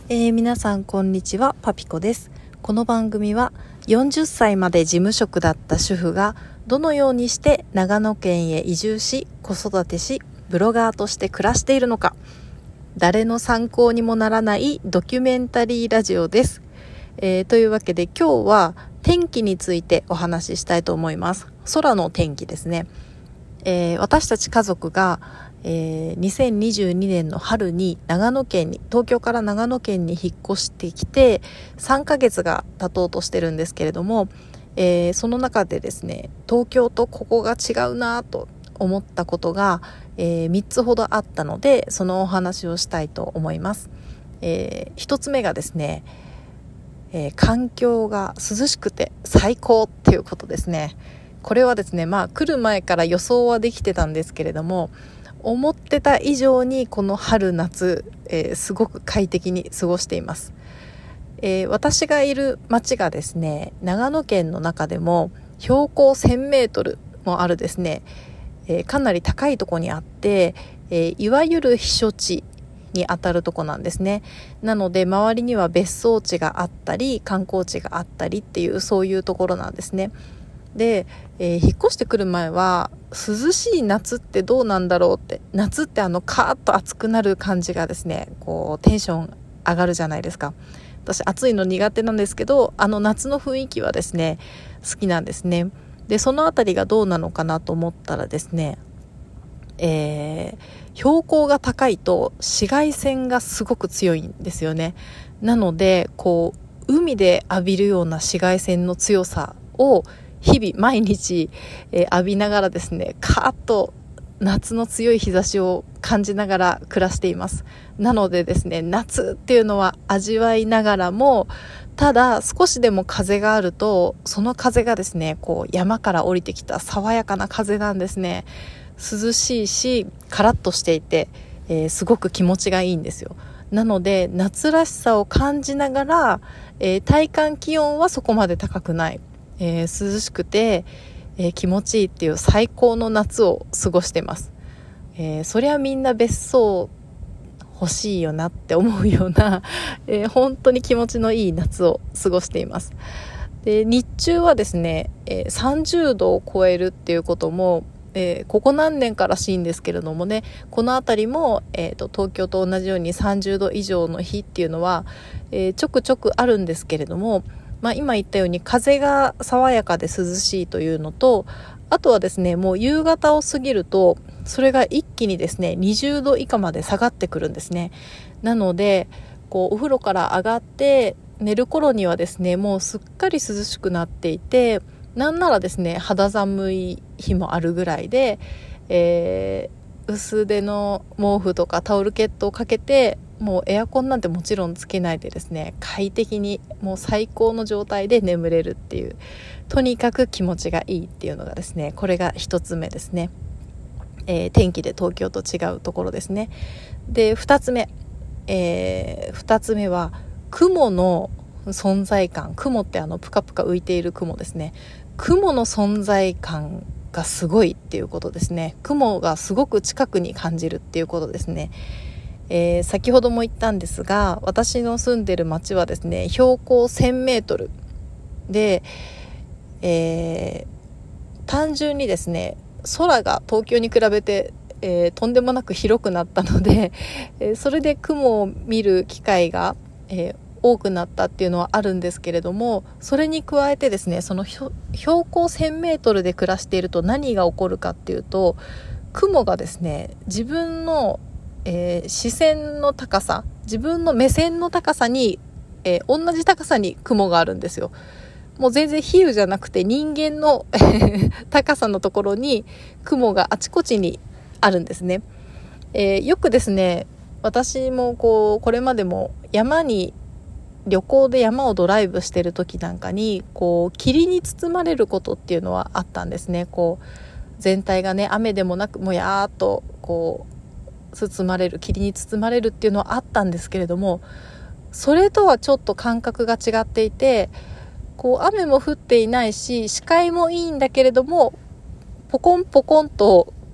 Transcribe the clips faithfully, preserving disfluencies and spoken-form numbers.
えー、皆さんこんにちは、パピコです。この番組はよんじゅっさいまで事務職だった主婦がどのようにして長野県へ移住し子育てしブロガーとして暮らしているのか、誰の参考にもならないドキュメンタリーラジオです。えー、というわけで今日は天気についてお話ししたいと思います。空の天気ですね。えー、私たち家族がえー、にせんにじゅうにねんの春に長野県に東京から長野県に引っ越してきてさんかげつが経とうとしてるんですけれども、えー、その中でですね、東京とここが違うなと思ったことが、えー、みっつほどあったので、そのお話をしたいと思います。えー、ひとつめがですね、えー、環境が涼しくて最高っていうことですね。これはですね、まあ来る前から予想はできてたんですけれども、思ってた以上にこの春夏、えー、すごく快適に過ごしています。えー、私がいる町がですね、長野県の中でも標高せんメートルもあるですね、えー、かなり高いところにあって、えー、いわゆる避暑地に当たるとこなんですね。なので周りには別荘地があったり観光地があったりっていう、そういうところなんですね。で、えー、引っ越してくる前は涼しい夏ってどうなんだろうって、夏ってあのカーッと暑くなる感じがですね、こうテンション上がるじゃないですか。私暑いの苦手なんですけど、あの夏の雰囲気はですね好きなんですね。でそのあたりがどうなのかなと思ったらですね、えー、標高が高いと紫外線がすごく強いんですよね。なのでこう海で浴びるような紫外線の強さを日々毎日、えー、浴びながらですね、カーッと夏の強い日差しを感じながら暮らしています。なのでですね、夏っていうのは味わいながらも、ただ少しでも風があるとその風がですね、こう山から降りてきた爽やかな風なんですね。涼しいしカラッとしていて、えー、すごく気持ちがいいんですよ。なので夏らしさを感じながら、えー、体感気温はそこまで高くない、えー、涼しくて、えー、気持ちいいっていう最高の夏を過ごしてます。えー、そりゃみんな別荘欲しいよなって思うような、えー、本当に気持ちのいい夏を過ごしています。で日中はですね、えー、さんじゅうどを超えるっていうことも、えー、ここ何年からしいんですけれどもね、この辺りも、えーと、東京と同じようにさんじゅうど以上の日っていうのは、えー、ちょくちょくあるんですけれども、まあ、今言ったように風が爽やかで涼しいというのと、あとはですね、もう夕方を過ぎるとそれが一気にですねにじゅうど以下まで下がってくるんですね。なのでこうお風呂から上がって寝る頃にはですね、もうすっかり涼しくなっていて、なんならですね肌寒い日もあるぐらいで、えー、薄手の毛布とかタオルケットをかけて、もうエアコンなんてもちろんつけないでですね、快適にもう最高の状態で眠れるっていう、とにかく気持ちがいいっていうのがですね、これが一つ目ですね。えー、天気で東京と違うところですね。で二つ目、えー、二つ目は雲の存在感。雲ってあのプカプカ浮いている雲ですね。雲の存在感がすごいっていうことですね。雲がすごく近くに感じるっていうことですね。えー、先ほども言ったんですが、私の住んでる町はですね標高せんメートルで、えー、単純にですね空が東京に比べて、えー、とんでもなく広くなったので、えー、それで雲を見る機会が、えー、多くなったっていうのはあるんですけれども、それに加えてですね、その標高せんメートルで暮らしていると何が起こるかっていうと、雲がですね自分のえー、視線の高さ、自分の目線の高さに、えー、同じ高さに雲があるんですよ。もう全然比喩じゃなくて人間の高さのところに雲があちこちにあるんですね。えー、よくですね、私もこうこれまでも山に旅行で山をドライブしてる時なんかにこう霧に包まれることっていうのはあったんですね。こう全体がね雨でもなくもやーっとこう包まれる、霧に包まれるっていうのはあったんですけれども、それとはちょっと感覚が違っていて、こう雨も降っていないし視界もいいんだけれども、ポコンポコンと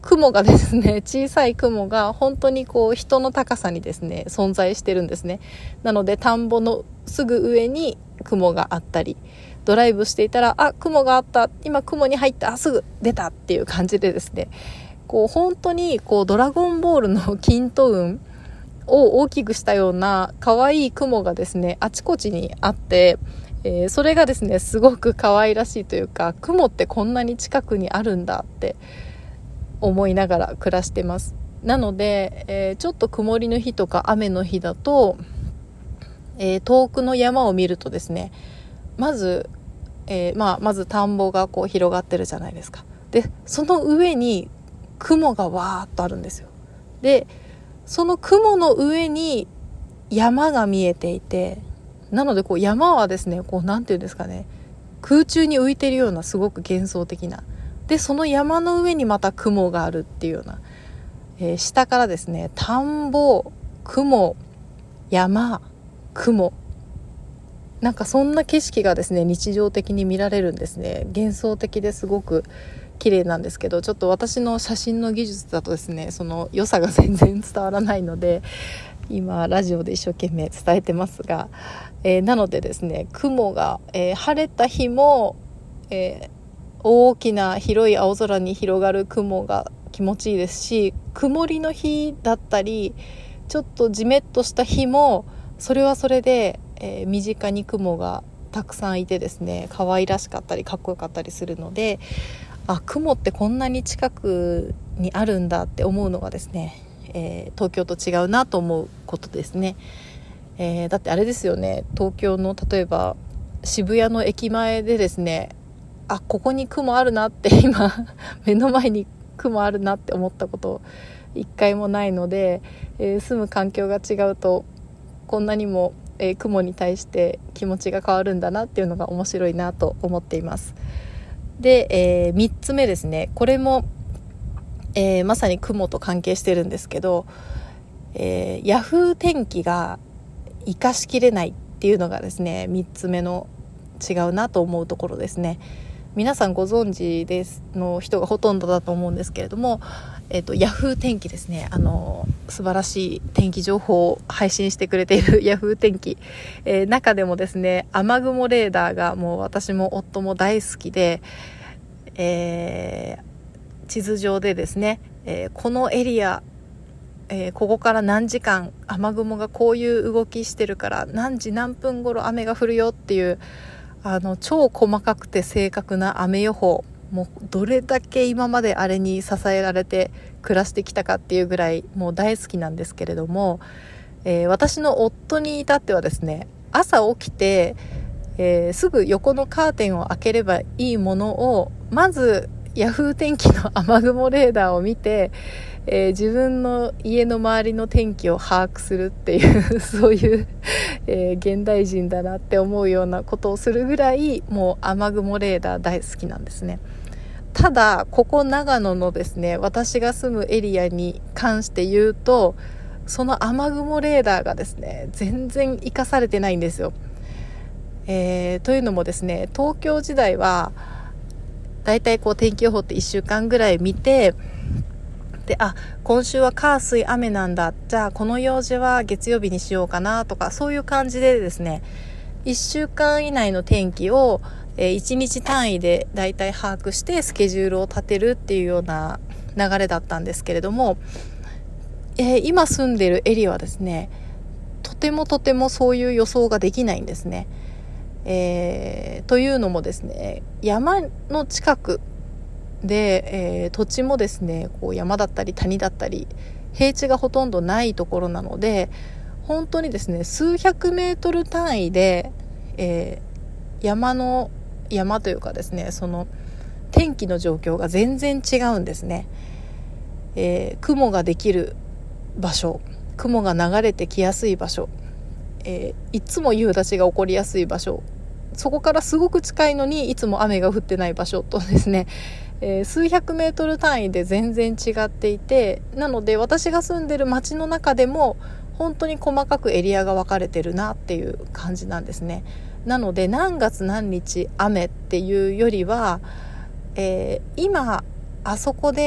雲がですね、小さい雲が本当にこう人の高さにですね存在してるんですね。なので田んぼのすぐ上に雲があったり、ドライブしていたら、あ、雲があった、今雲に入った、あ、すぐ出たっていう感じでですね、こう本当にこうドラゴンボールの均等雲を大きくしたような可愛い雲がですねあちこちにあって、えー、それがですねすごく可愛らしいというか、雲ってこんなに近くにあるんだって思いながら暮らしてます。なので、えー、ちょっと曇りの日とか雨の日だと、えー、遠くの山を見るとですね、まず、えーまあ、まず田んぼがこう広がってるじゃないですか。でその上に雲がわーっとあるんですよ。でその雲の上に山が見えていて、なのでこう山はですね、こうなんていうんですかね、空中に浮いているようなすごく幻想的な、でその山の上にまた雲があるっていうような、えー、下からですね田んぼ、雲、山、雲、なんかそんな景色がですね日常的に見られるんですね。幻想的ですごく綺麗なんですけど、ちょっと私の写真の技術だとですねその良さが全然伝わらないので、今ラジオで一生懸命伝えてますが、えー、なのでですね雲が、えー、晴れた日も、えー、大きな広い青空に広がる雲が気持ちいいですし、曇りの日だったりちょっとジメッとした日もそれはそれで、えー、身近に雲がたくさんいてですね可愛らしかったりかっこよかったりするので、あ、雲ってこんなに近くにあるんだって思うのがですね、えー、東京と違うなと思うことですね。えー、だってあれですよね、東京の例えば渋谷の駅前でですね、あ、ここに雲あるなって今目の前に雲あるなって思ったこと一回もないので、えー、住む環境が違うとこんなにも、えー、雲に対して気持ちが変わるんだなっていうのが面白いなと思っています。で、えー、みっつめですね、これも、えー、まさに雲と関係してるんですけど、えー、ヤフー天気が生かしきれないっていうのがですねみっつめの違うなと思うところですね。皆さんご存知ですの人がほとんどだと思うんですけれども、えーと、ヤフー天気ですね、あの素晴らしい天気情報を配信してくれているヤフー天気、えー、中でもですね雨雲レーダーがもう私も夫も大好きで、えー、地図上でですね、えー、このエリア、えー、ここから何時間雨雲がこういう動きしてるから何時何分頃雨が降るよっていうあの超細かくて正確な雨予報、もうどれだけ今まであれに支えられて暮らしてきたかっていうぐらいもう大好きなんですけれども、えー、私の夫に至ってはですね、朝起きて、えー、すぐ横のカーテンを開ければいいものを、まずヤフー天気の雨雲レーダーを見て、えー、自分の家の周りの天気を把握するっていうそういう、えー、現代人だなって思うようなことをするぐらい、もう雨雲レーダー大好きなんですね。ただここ長野のですね私が住むエリアに関して言うと、その雨雲レーダーがですね全然活かされてないんですよ。えー、というのもですね、東京時代はだいたいこう天気予報っていっしゅうかんぐらい見て、で、あ、今週は火水雨なんだ、じゃあこの用事は月曜日にしようかなとか、そういう感じでですねいっしゅうかん以内の天気をえー、いちにち単位でだいたい把握してスケジュールを立てるっていうような流れだったんですけれども、えー、今住んでいるエリアはですねとてもとてもそういう予想ができないんですね。えー、というのもですね、山の近くで、えー、土地もですねこう山だったり谷だったり平地がほとんどないところなので、本当にですね数百メートル単位で、えー、山の山というかですねその天気の状況が全然違うんですね。えー、雲ができる場所、雲が流れてきやすい場所、えー、いつも夕立が起こりやすい場所、そこからすごく近いのにいつも雨が降ってない場所とですね、えー、数百メートル単位で全然違っていて、なので私が住んでる街の中でも本当に細かくエリアが分かれてるなっていう感じなんですね。なので何月何日雨っていうよりは、えー、今あそこで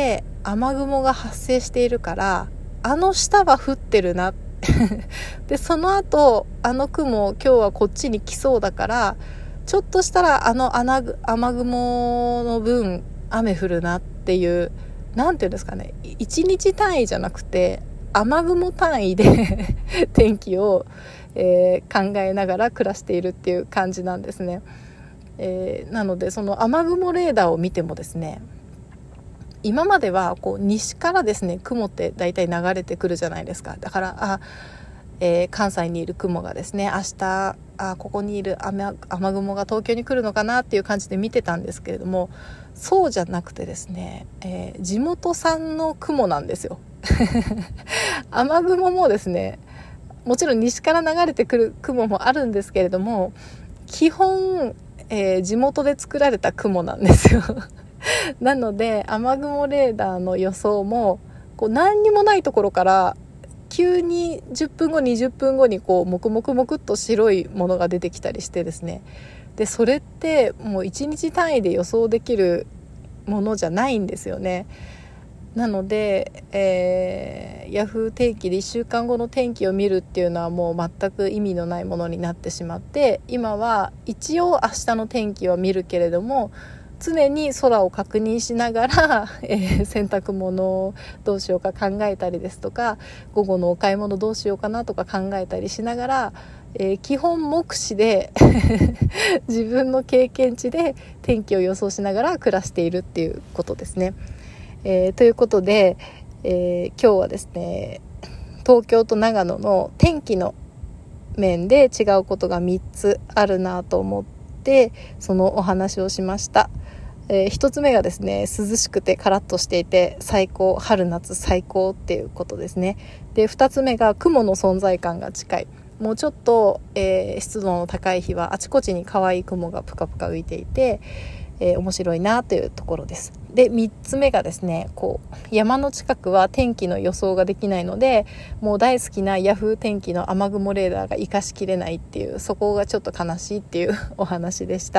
雨雲が発生しているから、あの下は降ってるなでその後あの雲今日はこっちに来そうだから、ちょっとしたらあの雨雲の分雨降るなっていう、なんていうんですかね、いちにち単位じゃなくて雨雲単位で天気を、えー、考えながら暮らしているっていう感じなんですね。えー、なのでその雨雲レーダーを見てもですね、今まではこう西からですね雲ってだいたい流れてくるじゃないですか。だからあ、えー、関西にいる雲がですね、明日あここにいる 雨, 雨雲が東京に来るのかなっていう感じで見てたんですけれども、そうじゃなくてですね、えー、地元産の雲なんですよ雨雲もですね、もちろん西から流れてくる雲もあるんですけれども、基本、えー、地元で作られた雲なんですよなので雨雲レーダーの予想もこう何にもないところから急にじゅっぷんごにじゅっぷんごにこうもくもくもくっと白いものが出てきたりしてですね、でそれってもういちにち単位で予想できるものじゃないんですよね。なので、えー、ヤフー天気でいっしゅうかんごの天気を見るっていうのはもう全く意味のないものになってしまって、今は一応明日の天気は見るけれども、常に空を確認しながら、えー、洗濯物をどうしようか考えたりですとか、午後のお買い物どうしようかなとか考えたりしながら、えー、基本目視で自分の経験値で天気を予想しながら暮らしているっていうことですね。えー、ということで、えー、今日はですね、東京と長野の天気の面で違うことがみっつあるなと思ってそのお話をしました。えー、ひとつめがですね、涼しくてカラッとしていて最高、春夏最高っていうことですね。でふたつめが雲の存在感が近い。もうちょっと、えー、湿度の高い日はあちこちに可愛い雲がぷかぷか浮いていて、えー、面白いなというところです。でみっつめがですね、こう山の近くは天気の予想ができないので、もう大好きなヤフー天気の雨雲レーダーが活かしきれないっていう、そこがちょっと悲しいっていうお話でした。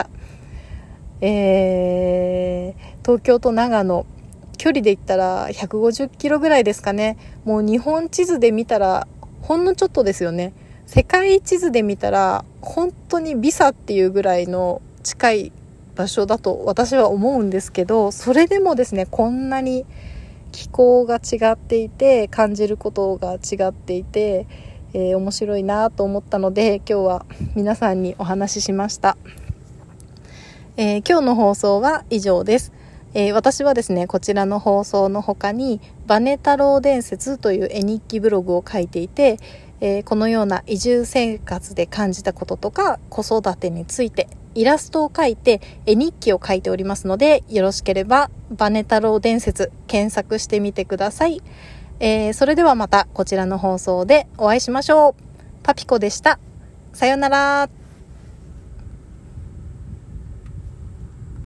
えー、東京と長野距離で言ったらひゃくごじゅっキロぐらいですかね。もう日本地図で見たらほんのちょっとですよね。世界地図で見たら本当にビサっていうぐらいの近い場所だと私は思うんですけど、それでもですね、こんなに気候が違っていて感じることが違っていて、えー、面白いなと思ったので今日は皆さんにお話ししました。えー、今日の放送は以上です。えー、私はですね、こちらの放送の他にバネ太郎伝説という絵日記ブログを書いていて、えー、このような移住生活で感じたこととか子育てについてイラストを描いて絵日記を書いておりますので、よろしければバネ太郎伝説検索してみてください。えー、それではまたこちらの放送でお会いしましょう。パピコでした。さよなら。